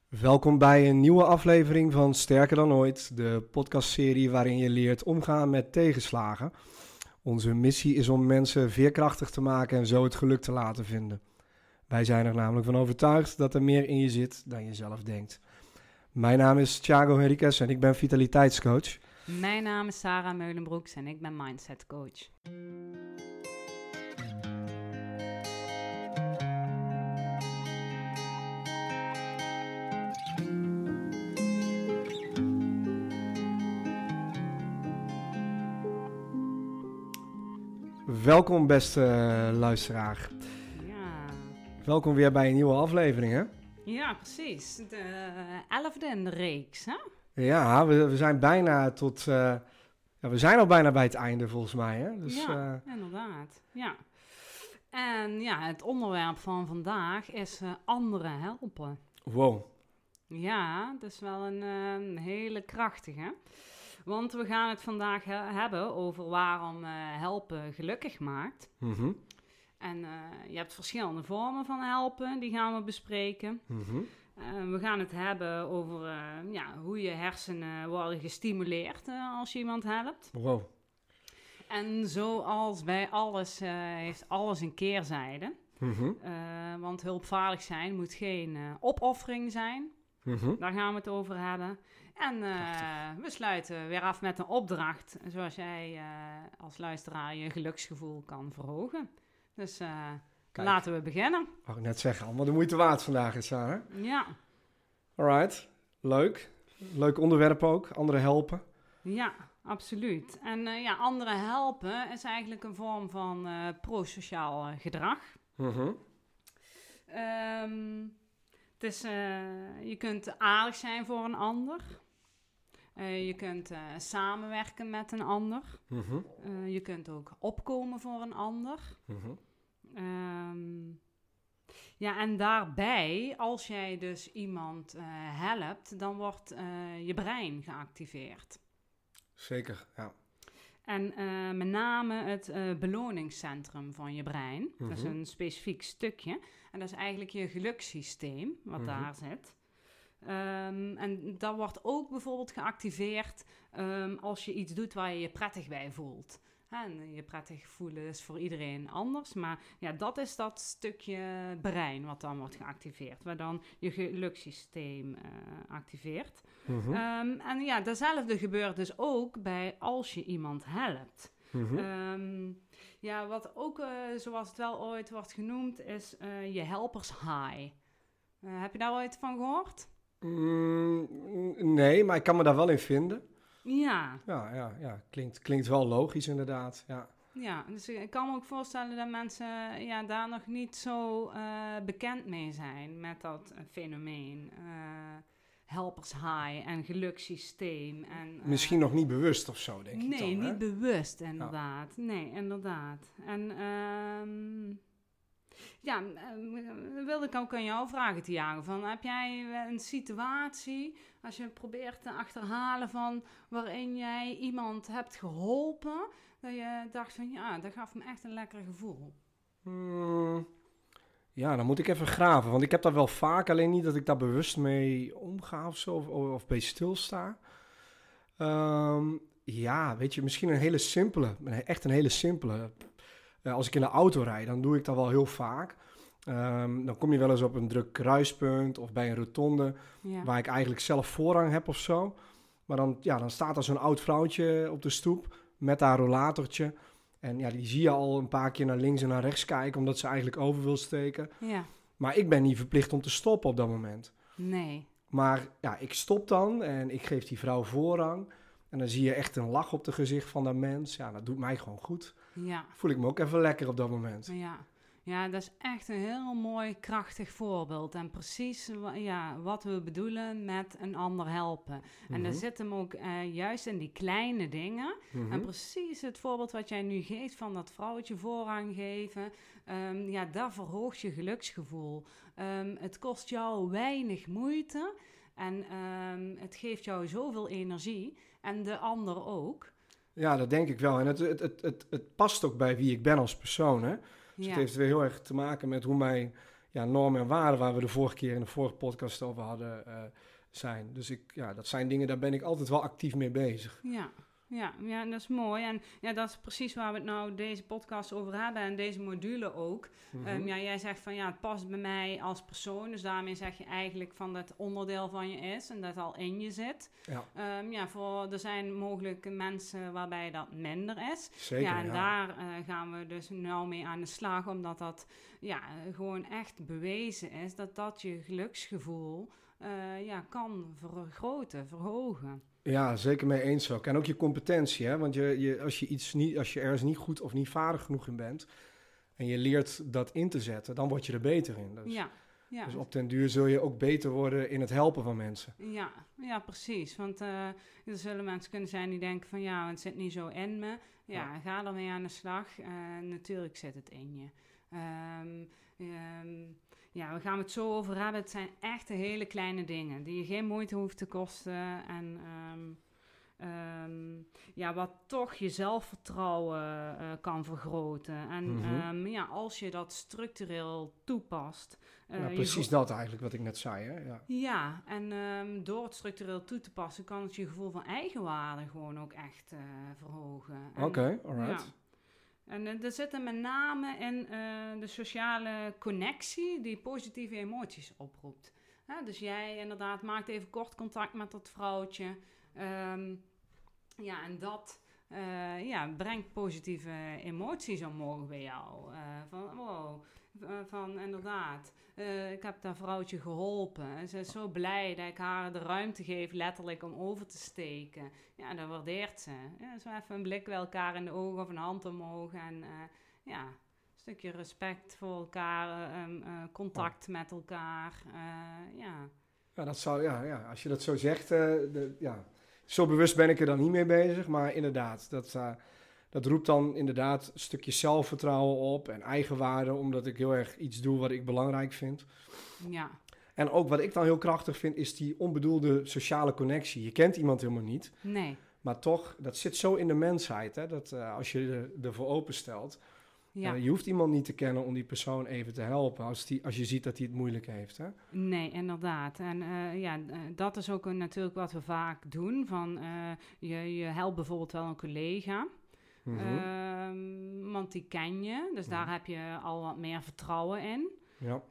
Welkom bij een nieuwe aflevering van Sterker dan ooit, de podcastserie waarin je leert omgaan met tegenslagen. Onze missie is om mensen veerkrachtig te maken en zo het geluk te laten vinden. Wij zijn er namelijk van overtuigd dat er meer in je zit dan je zelf denkt. Mijn naam is Thiago Henriques en ik ben vitaliteitscoach. Mijn naam is Sarah Meulenbroeks en ik ben mindset coach. Welkom beste luisteraar. Ja. Welkom weer bij een nieuwe aflevering, hè? Ja, precies. De 11e in de reeks, hè? Ja, we zijn bijna we zijn al bijna bij het einde volgens mij, hè? Dus, ja, inderdaad. Ja. En ja, het onderwerp van vandaag is anderen helpen. Wow. Ja, dat is wel een hele krachtige. Want we gaan het vandaag hebben over waarom helpen gelukkig maakt. Mm-hmm. En je hebt verschillende vormen van helpen, die gaan we bespreken. Mm-hmm. We gaan het hebben over hoe je hersenen worden gestimuleerd als je iemand helpt. Wow. En zoals bij alles heeft alles een keerzijde. Mm-hmm. Want hulpvaardig zijn moet geen opoffering zijn. Mm-hmm. Daar gaan we het over hebben. En we sluiten weer af met een opdracht, zoals jij als luisteraar je geluksgevoel kan verhogen. Dus laten we beginnen. Wou ik net zeggen, allemaal de moeite waard vandaag is, Sarah. Ja. Alright, leuk. Leuk onderwerp ook, anderen helpen. Ja, absoluut. En anderen helpen is eigenlijk een vorm van prosociaal gedrag. Mm-hmm. Je kunt aardig zijn voor een ander. Je kunt samenwerken met een ander. Mm-hmm. Je kunt ook opkomen voor een ander. Mm-hmm. En daarbij, als jij dus iemand helpt, dan wordt je brein geactiveerd. Zeker, ja. En met name het beloningscentrum van je brein. Mm-hmm. Dat is een specifiek stukje. En dat is eigenlijk je gelukssysteem wat daar zit. En dat wordt ook bijvoorbeeld geactiveerd als je iets doet waar je je prettig bij voelt. En je prettig voelen is voor iedereen anders. Maar ja, dat is dat stukje brein wat dan wordt geactiveerd. Waar dan je gelukssysteem activeert. Mm-hmm. En ja, datzelfde gebeurt dus ook bij als je iemand helpt. Mm-hmm. Wat ook, zoals het wel ooit wordt genoemd, is je helpers high. Heb je daar ooit van gehoord? Nee, maar ik kan me daar wel in vinden. Ja. Ja. Klinkt wel logisch inderdaad, ja. Ja, dus ik kan me ook voorstellen dat mensen daar nog niet zo bekend mee zijn met dat fenomeen. Helpers high en gelukssysteem. En, Misschien nog niet bewust of zo, denk ik dan. Nee, hè? niet bewust inderdaad. Ja. Nee, inderdaad. En wilde ik ook aan jou vragen, Thiago, van heb jij een situatie, als je probeert te achterhalen van waarin jij iemand hebt geholpen, dat je dacht van ja, dat gaf me echt een lekker gevoel? Ja, dan moet ik even graven, want ik heb dat wel vaak, alleen niet dat ik daar bewust mee omga of zo, of bij stilsta. Weet je, misschien echt een hele simpele. Als ik in de auto rijd, dan doe ik dat wel heel vaak. Dan kom je wel eens op een druk kruispunt of bij een rotonde, waar ik eigenlijk zelf voorrang heb of zo. Maar dan staat er zo'n oud vrouwtje op de stoep met haar rollatortje. En ja, die zie je al een paar keer naar links en naar rechts kijken, omdat ze eigenlijk over wil steken. Ja. Maar ik ben niet verplicht om te stoppen op dat moment. Nee. Maar ja, ik stop dan en ik geef die vrouw voorrang. En dan zie je echt een lach op het gezicht van dat mens. Ja, dat doet mij gewoon goed. Ja. Voel ik me ook even lekker op dat moment. Ja, dat is echt een heel mooi, krachtig voorbeeld. En precies wat we bedoelen met een ander helpen. En daar zit hem ook juist in die kleine dingen. En precies het voorbeeld wat jij nu geeft van dat vrouwtje voorrang geven. Dat verhoogt je geluksgevoel. Het kost jou weinig moeite. En het geeft jou zoveel energie. En de ander ook. Ja, dat denk ik wel. En het past ook bij wie ik ben als persoon, hè? Dus het heeft weer heel erg te maken met hoe normen en waarden waar we de vorige keer in de vorige podcast over hadden zijn. Dus dat zijn dingen, daar ben ik altijd wel actief mee bezig. Ja, dat is mooi. En ja, dat is precies waar we het nou deze podcast over hebben en deze module ook. Mm-hmm. Jij zegt van het past bij mij als persoon. Dus daarmee zeg je eigenlijk van dat onderdeel van je is en dat al in je zit. Er zijn mogelijk mensen waarbij dat minder is. Zeker, en daar gaan we dus nou mee aan de slag, omdat dat gewoon echt bewezen is dat je geluksgevoel kan verhogen. Ja, zeker mee eens ook. En ook je competentie, hè? Want als je ergens niet goed of niet vaardig genoeg in bent en je leert dat in te zetten, dan word je er beter in. Dus op den duur zul je ook beter worden in het helpen van mensen. Ja, precies. Want er zullen mensen kunnen zijn die denken van het zit niet zo in me. Ga ermee aan de slag. Natuurlijk zit het in je. We gaan het zo over hebben. Het zijn echt hele kleine dingen die je geen moeite hoeft te kosten. En wat toch je zelfvertrouwen kan vergroten. En als je dat structureel toepast. Precies dat eigenlijk wat ik net zei. Hè? En door het structureel toe te passen kan het je gevoel van eigenwaarde gewoon ook echt verhogen. Oké, alright. Ja. En er zit met name in de sociale connectie die positieve emoties oproept. Dus jij inderdaad maakt even kort contact met dat vrouwtje. En dat brengt positieve emoties omhoog bij jou. Van inderdaad, ik heb dat vrouwtje geholpen. Ze is zo blij dat ik haar de ruimte geef, letterlijk, om over te steken. Ja, dat waardeert ze. Zo even een blik bij elkaar in de ogen of een hand omhoog. En een stukje respect voor elkaar, contact met elkaar. Dat zou, als je dat zo zegt, zo bewust ben ik er dan niet mee bezig. Maar inderdaad, dat roept dan inderdaad een stukje zelfvertrouwen op en eigenwaarde, omdat ik heel erg iets doe wat ik belangrijk vind. Ja. En ook wat ik dan heel krachtig vind, is die onbedoelde sociale connectie. Je kent iemand helemaal niet. Nee. Maar toch, dat zit zo in de mensheid, hè, dat als je ervoor openstelt, je hoeft iemand niet te kennen om die persoon even te helpen, als je ziet dat hij het moeilijk heeft. Hè? Nee, inderdaad. En dat is ook natuurlijk wat we vaak doen. Je helpt bijvoorbeeld wel een collega. Mm-hmm. Want die ken je, dus daar heb je al wat meer vertrouwen in. Ja.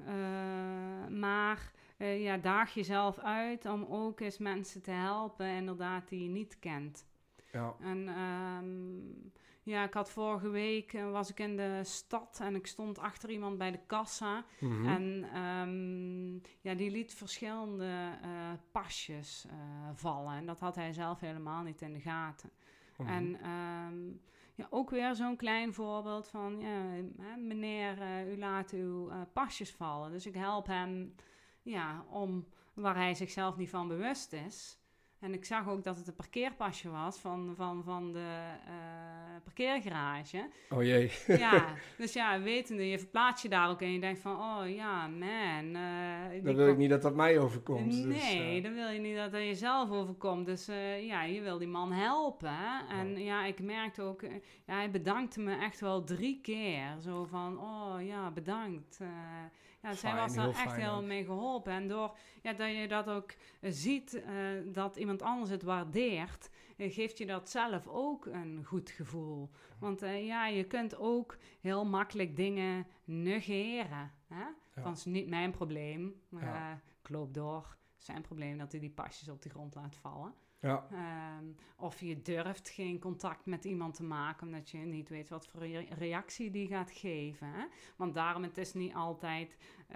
Maar daag jezelf uit om ook eens mensen te helpen, inderdaad, die je niet kent. Ja. En ik had vorige week, was ik in de stad en ik stond achter iemand bij de kassa. Mm-hmm. En die liet verschillende pasjes vallen. En dat had hij zelf helemaal niet in de gaten. Mm-hmm. En ook weer zo'n klein voorbeeld van, meneer, u laat uw pasjes vallen. Dus ik help hem, waar hij zichzelf niet van bewust is. En ik zag ook dat het een parkeerpasje was van de parkeergarage. Oh jee. Dus wetende, je verplaatst je daar ook en je denkt van, man. Dan wil ik niet dat dat mij overkomt. Nee, dan wil je niet dat dat jezelf overkomt. Dus je wil die man helpen. Hè? En ik merkte ook, hij bedankte me echt wel 3 keer. Zo van, bedankt. Zij was daar echt heel mee geholpen. En door dat je dat ook ziet, dat iemand anders het waardeert, geeft je dat zelf ook een goed gevoel. Want je kunt ook heel makkelijk dingen negeren. Hè? Van, het is niet mijn probleem. Ik loop door. Zijn probleem dat hij die pasjes op de grond laat vallen. Ja. Of je durft geen contact met iemand te maken, omdat je niet weet wat voor reactie die gaat geven. Hè? Want daarom, het is niet altijd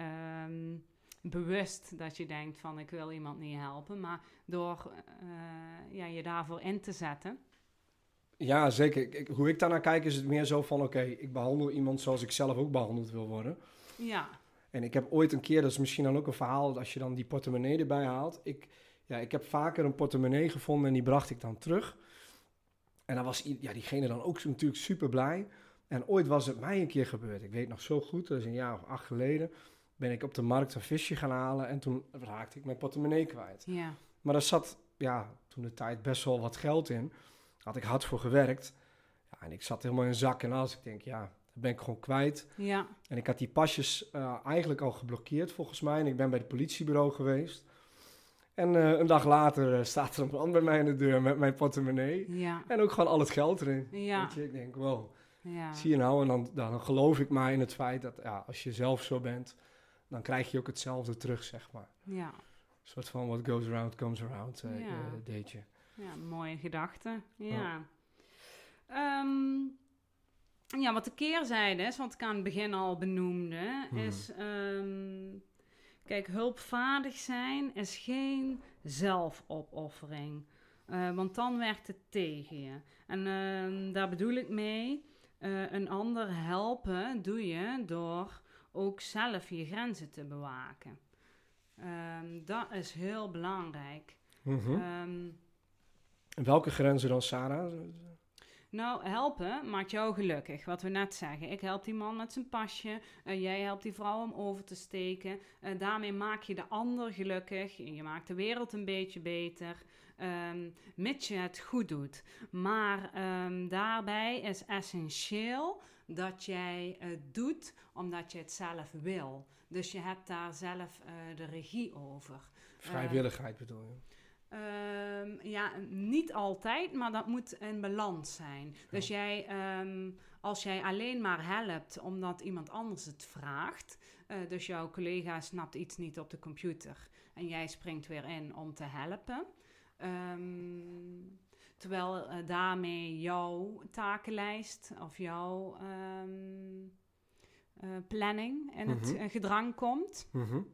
bewust dat je denkt van, ik wil iemand niet helpen. Maar door je daarvoor in te zetten. Ja, zeker. Hoe ik daarnaar kijk is het meer zo van, oké, ik behandel iemand zoals ik zelf ook behandeld wil worden. Ja. En ik heb ooit een keer, dat is misschien dan ook een verhaal, als je dan die portemonnee erbij haalt. Ik heb vaker een portemonnee gevonden en die bracht ik dan terug. En dan was diegene dan ook natuurlijk super blij. En ooit was het mij een keer gebeurd. Ik weet nog zo goed, dat is een jaar of 8 geleden, ben ik op de markt een visje gaan halen en toen raakte ik mijn portemonnee kwijt. Ja. Maar daar zat, toen de tijd best wel wat geld in. Had ik hard voor gewerkt. Ja, en ik zat helemaal in zak en as. Ik denk, Dat ben ik gewoon kwijt. Ja. En ik had die pasjes eigenlijk al geblokkeerd volgens mij. En ik ben bij het politiebureau geweest. En een dag later staat er een man bij mij in de deur met mijn portemonnee. Ja. En ook gewoon al het geld erin. Ja. Weet je? Ik denk, wow, Ja. zie je nou? En dan geloof ik maar in het feit dat als je zelf zo bent, dan krijg je ook hetzelfde terug, zeg maar. Ja. Een soort van what goes around, comes around, deed je. Ja, mooie gedachte. Ja. Ja, wat de keerzijde is, wat ik aan het begin al benoemde, is... kijk, hulpvaardig zijn is geen zelfopoffering. Want dan werkt het tegen je. En daar bedoel ik mee, een ander helpen doe je door ook zelf je grenzen te bewaken. Dat is heel belangrijk. En welke grenzen dan, Sarah? Nou, helpen maakt jou gelukkig, wat we net zeggen. Ik help die man met zijn pasje, jij helpt die vrouw om over te steken. Daarmee maak je de ander gelukkig, je maakt de wereld een beetje beter, mits je het goed doet. Maar daarbij is essentieel dat jij het doet omdat je het zelf wil. Dus je hebt daar zelf de regie over. Vrijwilligheid bedoel je? Ja, niet altijd, maar dat moet in balans zijn. Dus als jij alleen maar helpt omdat iemand anders het vraagt, dus jouw collega snapt iets niet op de computer en jij springt weer in om te helpen, terwijl daarmee jouw takenlijst of jouw planning in het gedrang komt.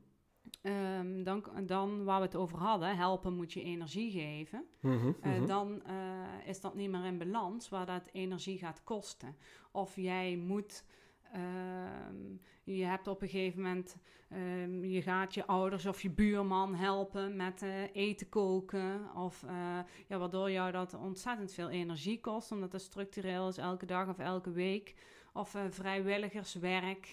Dan waar we het over hadden, helpen moet je energie geven. Dan is dat niet meer in balans, waar dat energie gaat kosten. Of jij moet, je hebt op een gegeven moment, je gaat je ouders of je buurman helpen met eten koken. Of waardoor jou dat ontzettend veel energie kost, omdat het structureel is elke dag of elke week. Of vrijwilligerswerk.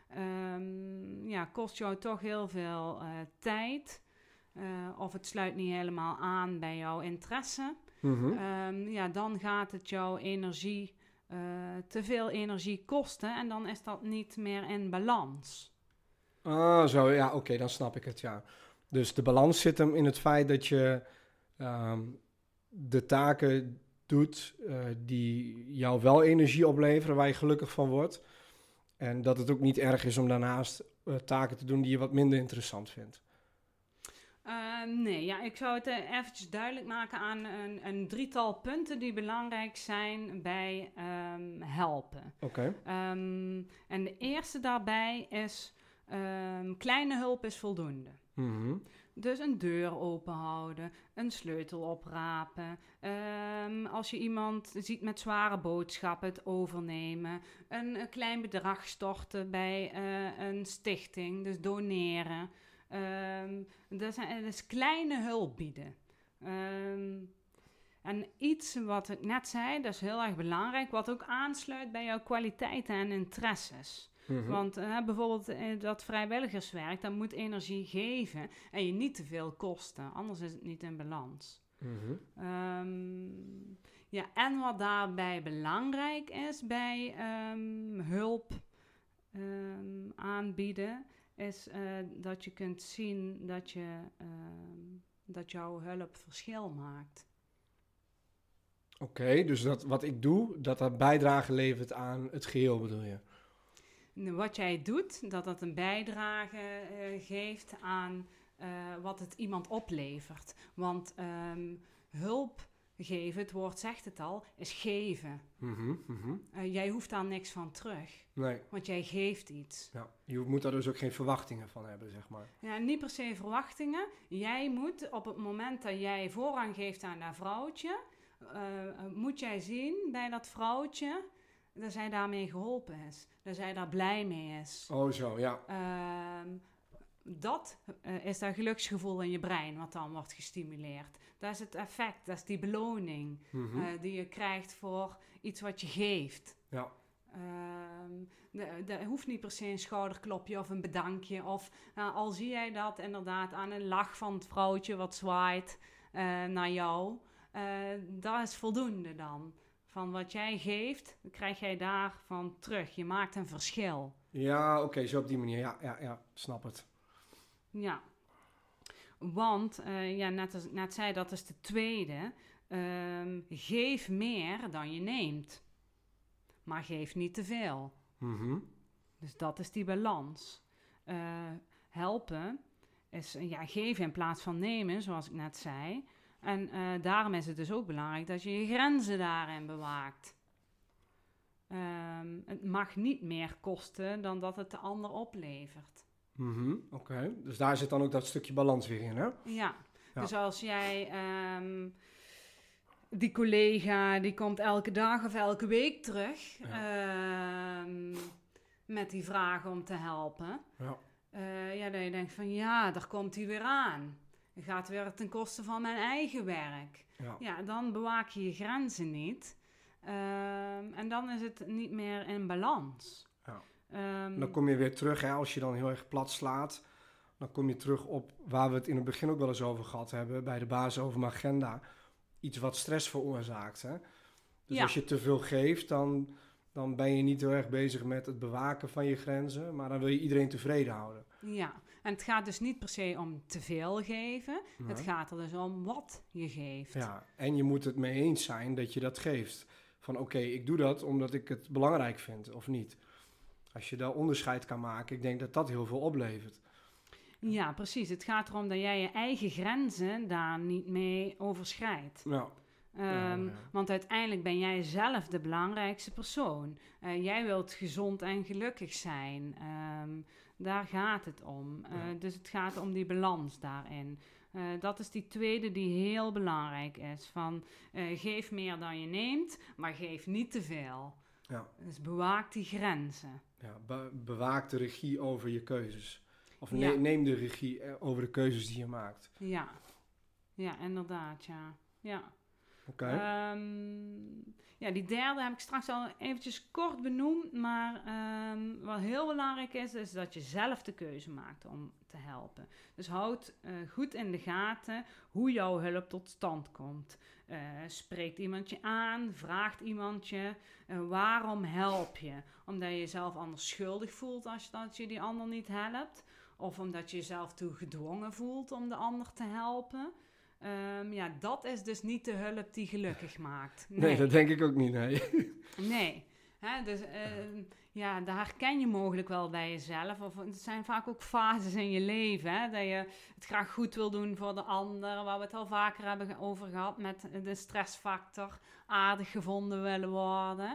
Kost jou toch heel veel tijd. Of het sluit niet helemaal aan bij jouw interesse. Dan gaat het jouw energie, te veel energie kosten. En dan is dat niet meer in balans. Ah, zo, ja, oké, dan snap ik het, ja. Dus de balans zit hem in het feit dat je de taken doet die jou wel energie opleveren, waar je gelukkig van wordt. En dat het ook niet erg is om daarnaast taken te doen die je wat minder interessant vindt. Ik zou het eventjes duidelijk maken aan een drietal punten die belangrijk zijn bij helpen. Oké. En de eerste daarbij is, kleine hulp is voldoende. Dus een deur open houden, een sleutel oprapen. Als je iemand ziet met zware boodschappen, het overnemen. Een klein bedrag storten bij een stichting, dus doneren. Dus kleine hulp bieden. En iets wat ik net zei, dat is heel erg belangrijk, wat ook aansluit bij jouw kwaliteiten en interesses. Want bijvoorbeeld dat vrijwilligerswerk, dat moet energie geven en je niet te veel kosten, anders is het niet in balans. En wat daarbij belangrijk is bij hulp aanbieden, is dat je kunt zien dat jouw hulp verschil maakt. Oké, dus dat wat ik doe, dat bijdrage levert aan het geheel, bedoel je? Wat jij doet, dat een bijdrage geeft aan wat het iemand oplevert. Want hulp geven, het woord zegt het al, is geven. Jij hoeft daar niks van terug. Nee. Want jij geeft iets. Ja, je moet daar dus ook geen verwachtingen van hebben, zeg maar. Ja, niet per se verwachtingen. Jij moet op het moment dat jij voorrang geeft aan dat vrouwtje, moet jij zien bij dat vrouwtje dat zij daarmee geholpen is. Dat zij daar blij mee is. Oh zo, ja. Dat is dat geluksgevoel in je brein wat dan wordt gestimuleerd. Dat is het effect, dat is die beloning die je krijgt voor iets wat je geeft. Ja. Dat hoeft niet per se een schouderklopje of een bedankje. Of al zie jij dat inderdaad aan een lach van het vrouwtje wat zwaait naar jou. Dat is voldoende dan Van wat jij geeft, krijg jij daarvan terug. Je maakt een verschil. Ja, oké, zo op die manier. Ja, snap het. Ja, want, net zei, dat is de tweede. Geef meer dan je neemt. Maar geef niet te veel. Mm-hmm. Dus dat is die balans. Helpen is geven in plaats van nemen, zoals ik net zei. En daarom is het dus ook belangrijk dat je je grenzen daarin bewaakt. Het mag niet meer kosten dan dat het de ander oplevert. Mm-hmm. Oké, dus daar zit dan ook dat stukje balans weer in, hè? Ja. Dus als jij... die collega, die komt elke dag of elke week terug... met die vragen om te helpen. Ja. Dat je denkt van daar komt hij weer aan. Het gaat weer ten koste van mijn eigen werk. Ja, dan bewaak je je grenzen niet. En dan is het niet meer in balans. Ja. Dan kom je weer terug, hè, als je dan heel erg plat slaat. Dan kom je terug op waar we het in het begin ook wel eens over gehad hebben. Bij de basis over mijn agenda. Iets wat stress veroorzaakt. Hè? Dus als je te veel geeft, dan ben je niet heel erg bezig met het bewaken van je grenzen. Maar dan wil je iedereen tevreden houden. Ja, en het gaat dus niet per se om te veel geven. Nee. Het gaat er dus om wat je geeft. Ja, en je moet het mee eens zijn dat je dat geeft. Van oké, ik doe dat omdat ik het belangrijk vind of niet. Als je daar onderscheid kan maken, ik denk dat dat heel veel oplevert. Ja, precies. Het gaat erom dat jij je eigen grenzen daar niet mee overschrijdt. Ja. Want uiteindelijk ben jij zelf de belangrijkste persoon. Jij wilt gezond en gelukkig zijn. Daar gaat het om. Dus het gaat om die balans daarin. Dat is die tweede die heel belangrijk is. Van geef meer dan je neemt, maar geef niet te veel. Ja. Dus bewaak die grenzen. Ja, bewaak de regie over je keuzes. Of neem de regie over de keuzes die je maakt. Ja, inderdaad, ja. Oké. Die derde heb ik straks al eventjes kort benoemd. Maar wat heel belangrijk is dat je zelf de keuze maakt om te helpen. Dus houd goed in de gaten hoe jouw hulp tot stand komt. Spreekt iemand je aan? Vraagt iemand je? Waarom help je? Omdat je jezelf anders schuldig voelt als je die ander niet helpt? Of omdat je jezelf toe gedwongen voelt om de ander te helpen? Dat is dus niet de hulp die gelukkig maakt. Nee, dat denk ik ook niet, nee. Nee. Dus daar herken je mogelijk wel bij jezelf. Of het zijn vaak ook fases in je leven. Hè, dat je het graag goed wil doen voor de ander. Waar we het al vaker hebben over gehad met de stressfactor. Aardig gevonden willen worden.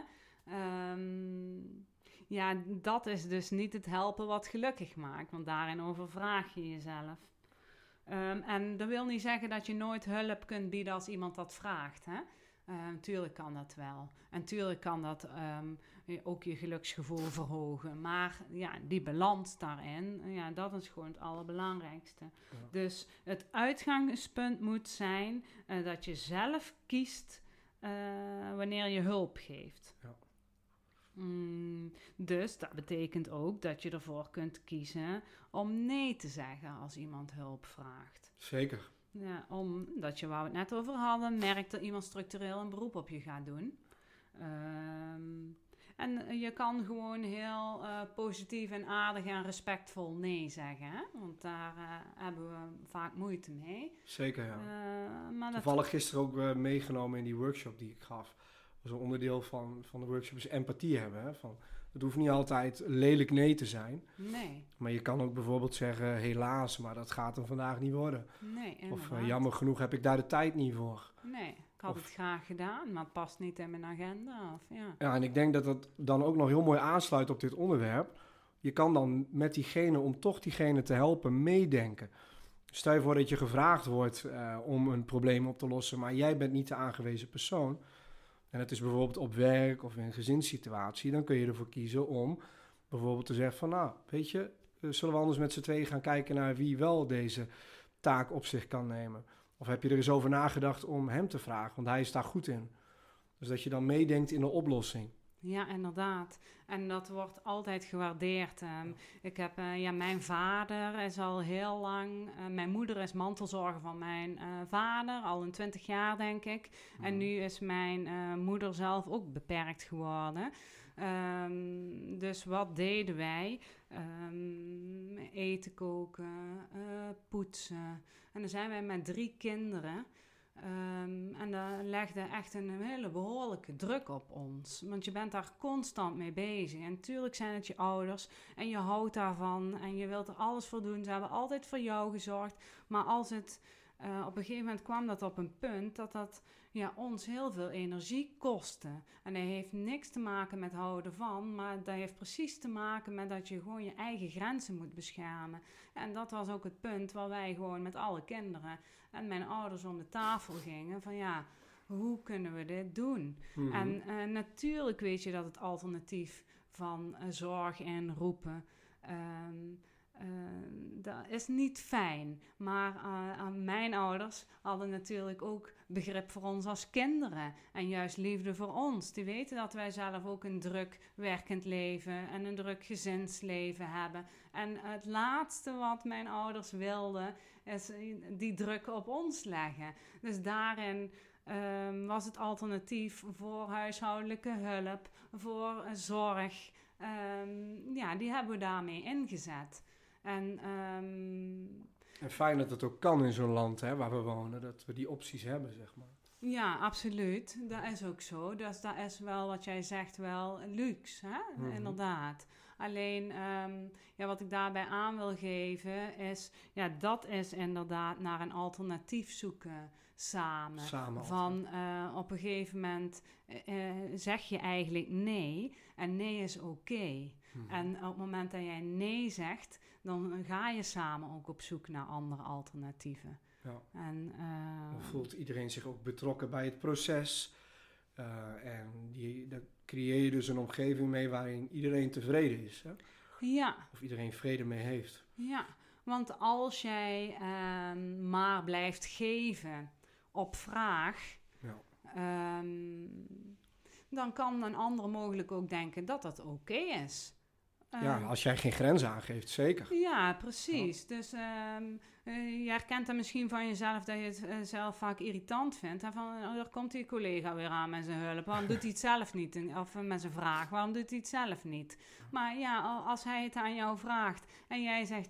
Dat is dus niet het helpen wat gelukkig maakt. Want daarin overvraag je jezelf. En dat wil niet zeggen dat je nooit hulp kunt bieden als iemand dat vraagt. Hè? Tuurlijk kan dat wel. En tuurlijk kan dat ook je geluksgevoel verhogen. Maar die balans daarin, dat is gewoon het allerbelangrijkste. Ja. Dus het uitgangspunt moet zijn dat je zelf kiest wanneer je hulp geeft. Ja. Dus dat betekent ook dat je ervoor kunt kiezen om nee te zeggen als iemand hulp vraagt. Zeker. Ja, omdat je, waar we het net over hadden, merkt dat iemand structureel een beroep op je gaat doen. En je kan gewoon heel positief en aardig en respectvol nee zeggen. Hè? Want daar hebben we vaak moeite mee. Zeker, ja. Maar toevallig gisteren ook meegenomen in die workshop die ik gaf. Dat was een onderdeel van de workshop is empathie hebben. Hè? Het hoeft niet altijd lelijk nee te zijn. Nee. Maar je kan ook bijvoorbeeld zeggen, helaas, maar dat gaat hem vandaag niet worden. Nee, inderdaad. Of jammer genoeg heb ik daar de tijd niet voor. Nee, ik had het graag gedaan, maar het past niet in mijn agenda. Ja, en ik denk dat dat dan ook nog heel mooi aansluit op dit onderwerp. Je kan dan met diegene, om toch diegene te helpen, meedenken. Stel je voor dat je gevraagd wordt om een probleem op te lossen, maar jij bent niet de aangewezen persoon. En het is bijvoorbeeld op werk of in een gezinssituatie. Dan kun je ervoor kiezen om bijvoorbeeld te zeggen van... nou, weet je, zullen we anders met z'n tweeën gaan kijken naar wie wel deze taak op zich kan nemen? Of heb je er eens over nagedacht om hem te vragen? Want hij is daar goed in. Dus dat je dan meedenkt in de oplossing. Ja, inderdaad. En dat wordt altijd gewaardeerd. Ik heb, mijn vader is al heel lang... mijn moeder is mantelzorger van mijn vader, al een 20 jaar, denk ik. En nu is mijn moeder zelf ook beperkt geworden. Dus wat deden wij? Eten koken, poetsen. En dan zijn wij met 3 kinderen... en dat legde echt een hele behoorlijke druk op ons. Want je bent daar constant mee bezig. En natuurlijk zijn het je ouders en je houdt daarvan en je wilt er alles voor doen. Ze hebben altijd voor jou gezorgd. Maar als het op een gegeven moment kwam dat op een punt dat ons heel veel energie kostte. En dat heeft niks te maken met houden van, maar dat heeft precies te maken met dat je gewoon je eigen grenzen moet beschermen. En dat was ook het punt waar wij gewoon met alle kinderen en mijn ouders om de tafel gingen van hoe kunnen we dit doen? Mm-hmm. En natuurlijk weet je dat het alternatief van zorg inroepen... dat is niet fijn. Maar mijn ouders hadden natuurlijk ook begrip voor ons als kinderen. En juist liefde voor ons. Die weten dat wij zelf ook een druk werkend leven en een druk gezinsleven hebben. En het laatste wat mijn ouders wilden is die druk op ons leggen. Dus daarin was het alternatief voor huishoudelijke hulp, voor zorg. Die hebben we daarmee ingezet. En fijn dat het ook kan in zo'n land waar we wonen, dat we die opties hebben, zeg maar. Ja, absoluut. Dat is ook zo. Dus dat is wel, wat jij zegt, wel luxe, hè? Mm-hmm. Inderdaad. Alleen, wat ik daarbij aan wil geven is... dat is inderdaad naar een alternatief zoeken samen. Van op een gegeven moment zeg je eigenlijk nee. En nee is oké. Mm-hmm. En op het moment dat jij nee zegt... dan ga je samen ook op zoek naar andere alternatieven. Ja. En dan voelt iedereen zich ook betrokken bij het proces. En daar creëer je dus een omgeving mee waarin iedereen tevreden is. Hè? Ja. Of iedereen vrede mee heeft. Ja, want als jij maar blijft geven op vraag... Ja. Dan kan een ander mogelijk ook denken dat dat oké is. Als jij geen grenzen aangeeft, zeker. Ja, precies. Ja. Dus je herkent dan misschien van jezelf dat je het zelf vaak irritant vindt. En van, daar komt die collega weer aan met zijn hulp. Waarom doet hij het zelf niet? Of met zijn vraag, waarom doet hij het zelf niet? Maar als hij het aan jou vraagt en jij zegt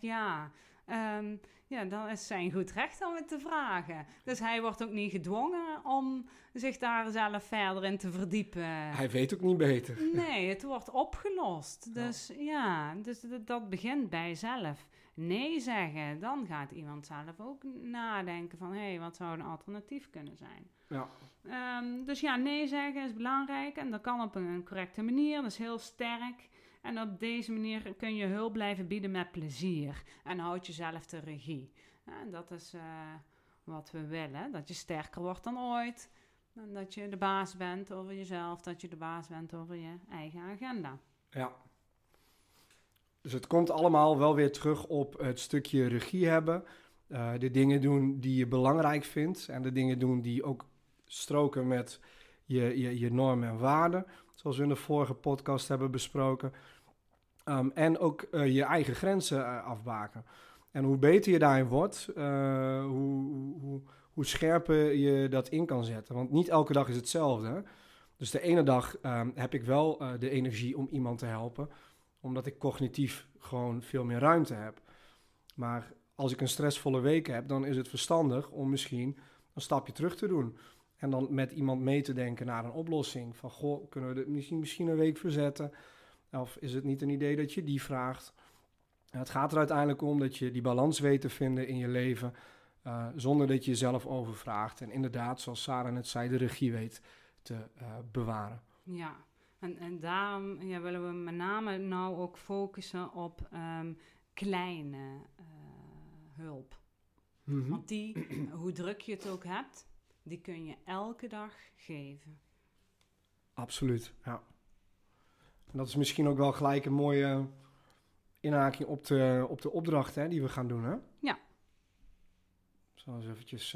dan is zijn goed recht om het te vragen. Dus hij wordt ook niet gedwongen om zich daar zelf verder in te verdiepen. Hij weet ook niet beter. Nee, het wordt opgelost. Dus dus dat begint bij zelf. Nee zeggen, dan gaat iemand zelf ook nadenken van... wat zou een alternatief kunnen zijn? Ja. Dus nee zeggen is belangrijk en dat kan op een correcte manier. Dat is heel sterk. En op deze manier kun je hulp blijven bieden met plezier. En houd jezelf de regie. En dat is wat we willen. Dat je sterker wordt dan ooit. En dat je de baas bent over jezelf. Dat je de baas bent over je eigen agenda. Ja. Dus het komt allemaal wel weer terug op het stukje regie hebben. De dingen doen die je belangrijk vindt. En de dingen doen die ook stroken met je normen en waarden. Zoals we in de vorige podcast hebben besproken. En ook je eigen grenzen afbaken. En hoe beter je daarin wordt, hoe scherper je dat in kan zetten. Want niet elke dag is hetzelfde. Hè? Dus de ene dag heb ik wel de energie om iemand te helpen. Omdat ik cognitief gewoon veel meer ruimte heb. Maar als ik een stressvolle week heb, dan is het verstandig om misschien een stapje terug te doen. En dan met iemand mee te denken naar een oplossing. Van, kunnen we dit misschien een week verzetten? Of is het niet een idee dat je die vraagt? Het gaat er uiteindelijk om dat je die balans weet te vinden in je leven... zonder dat je jezelf overvraagt. En inderdaad, zoals Sarah net zei, de regie weet te bewaren. Ja, en daarom willen we met name nou ook focussen op kleine hulp. Mm-hmm. Want hoe druk je het ook hebt... die kun je elke dag geven. Absoluut, ja. En dat is misschien ook wel gelijk een mooie inhaking op de opdracht die we gaan doen, hè? Ja. Ik zal eens eventjes...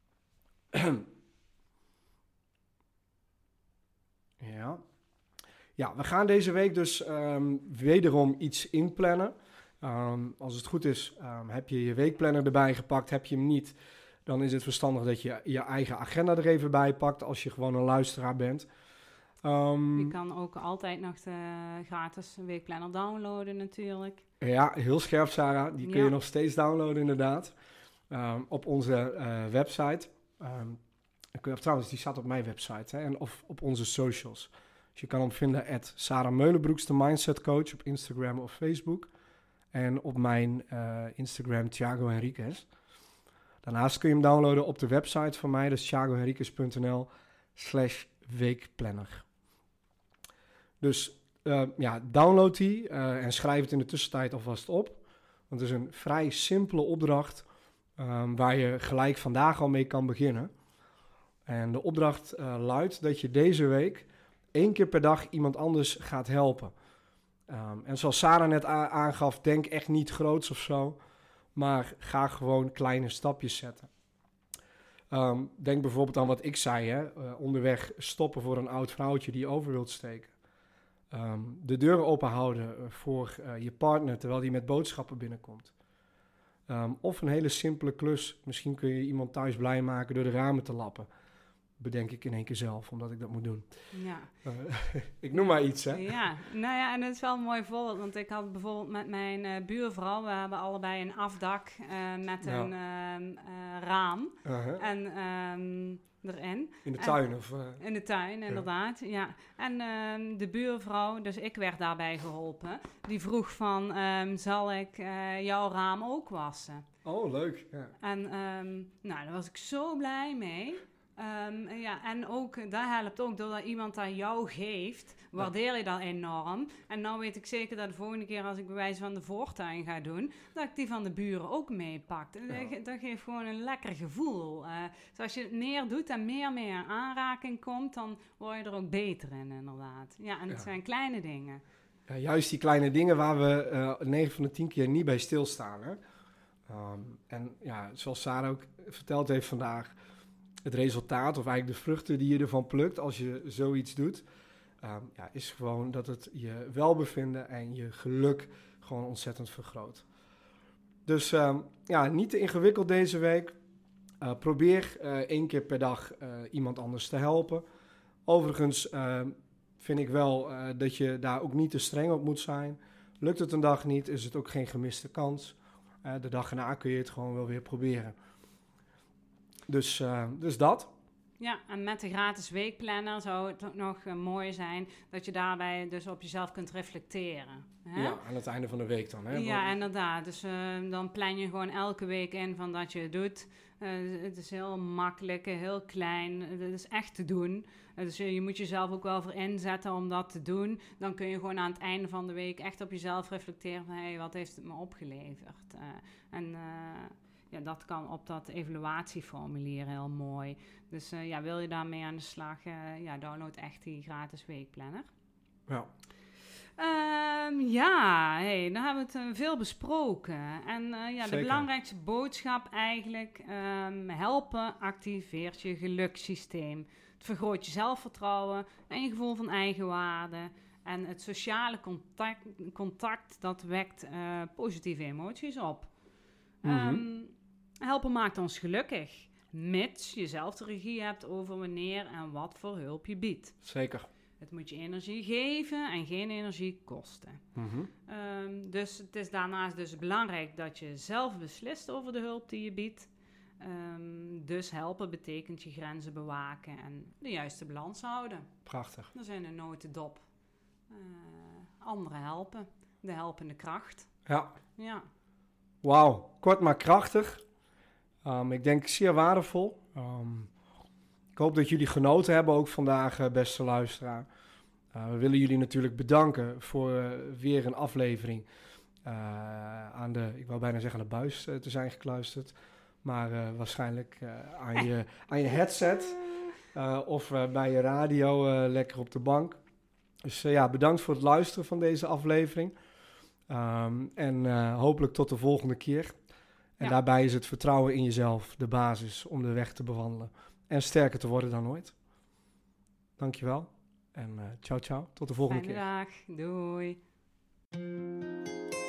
Ja. Ja, we gaan deze week dus wederom iets inplannen. Als het goed is, heb je je weekplanner erbij gepakt. Heb je hem niet, dan is het verstandig dat je je eigen agenda er even bij pakt als je gewoon een luisteraar bent. Je kan ook altijd nog de gratis weekplanner downloaden natuurlijk. Ja, heel scherp, Sarah. Die kun je nog steeds downloaden inderdaad. Op onze website. Trouwens, die staat op mijn website. Hè, of op onze socials. Dus je kan hem vinden @Sarah Meulenbroeks, de Mindset Coach, op Instagram of Facebook. En op mijn Instagram, Thiago Henriquez. Daarnaast kun je hem downloaden op de website van mij. Dus thiagohenriquez.nl/weekplanner. Dus download die en schrijf het in de tussentijd alvast op. Want het is een vrij simpele opdracht waar je gelijk vandaag al mee kan beginnen. En de opdracht luidt dat je deze week 1 keer per dag iemand anders gaat helpen. En zoals Sarah net aangaf, denk echt niet groots of zo, maar ga gewoon kleine stapjes zetten. Denk bijvoorbeeld aan wat ik zei, hè? Onderweg stoppen voor een oud vrouwtje die over wilt steken. De deuren open houden voor je partner terwijl die met boodschappen binnenkomt. Of een hele simpele klus. Misschien kun je iemand thuis blij maken door de ramen te lappen. Bedenk ik in één keer zelf, omdat ik dat moet doen. Ja. Ik noem maar iets, hè? Ja, nou ja, en dat is wel een mooi voorbeeld. Want ik had bijvoorbeeld met mijn buurvrouw... we hebben allebei een afdak met een raam. Uh-huh. En erin. In de tuin? Of, in de tuin, inderdaad, ja. En de buurvrouw, dus ik werd daarbij geholpen... die vroeg van, zal ik jouw raam ook wassen? Oh, leuk. Ja. En daar was ik zo blij mee... en ook, dat helpt ook doordat iemand dat jou geeft, waardeer je dat enorm. En nou weet ik zeker dat de volgende keer als ik bij wijze van de voortuin ga doen, dat ik die van de buren ook meepak. Dat geeft gewoon een lekker gevoel. Dus als je het meer doet en meer in aanraking komt, dan word je er ook beter in inderdaad. Ja, en het zijn kleine dingen. Ja, juist die kleine dingen waar we 9 van de 10 keer niet bij stilstaan. Hè? En ja, zoals Sarah ook verteld heeft vandaag... Het resultaat, of eigenlijk de vruchten die je ervan plukt als je zoiets doet, is gewoon dat het je welbevinden en je geluk gewoon ontzettend vergroot. Dus niet te ingewikkeld deze week. Probeer 1 keer per dag iemand anders te helpen. Overigens vind ik wel dat je daar ook niet te streng op moet zijn. Lukt het een dag niet, is het ook geen gemiste kans. De dag erna kun je het gewoon wel weer proberen. Dus dat. Ja, en met de gratis weekplanner zou het ook nog mooi zijn dat je daarbij dus op jezelf kunt reflecteren. Hè? Ja, aan het einde van de week dan. Hè? Ja, inderdaad. Dus dan plan je gewoon elke week in van dat je het doet. Het is heel makkelijk, heel klein. Het is echt te doen. Dus je moet jezelf ook wel voor inzetten om dat te doen. Dan kun je gewoon aan het einde van de week echt op jezelf reflecteren van hey, wat heeft het me opgeleverd? Ja, dat kan op dat evaluatieformulier heel mooi. Dus wil je daarmee aan de slag, download echt die gratis weekplanner. Ja. Dan hebben we het veel besproken. En de belangrijkste boodschap eigenlijk, helpen activeert je gelukssysteem. Het vergroot je zelfvertrouwen en je gevoel van eigenwaarde. En het sociale contact dat wekt positieve emoties op. Helpen maakt ons gelukkig, mits je zelf de regie hebt over wanneer en wat voor hulp je biedt. Zeker. Het moet je energie geven en geen energie kosten. Dus het is daarnaast dus belangrijk dat je zelf beslist over de hulp die je biedt. Dus helpen betekent je grenzen bewaken en de juiste balans houden. Prachtig. Dat zijn een notendop. Anderen helpen. De helpende kracht. Ja. Wauw, kort maar krachtig. Ik denk zeer waardevol. Ik hoop dat jullie genoten hebben ook vandaag, beste luisteraar. We willen jullie natuurlijk bedanken voor weer een aflevering aan de, ik wou bijna zeggen aan de buis te zijn gekluisterd. Maar waarschijnlijk aan je headset of bij je radio lekker op de bank. Dus bedankt voor het luisteren van deze aflevering. En hopelijk tot de volgende keer. En daarbij is het vertrouwen in jezelf de basis om de weg te bewandelen. En sterker te worden dan ooit. Dankjewel. En ciao, ciao. Tot de volgende keer. Fijne dag. Doei.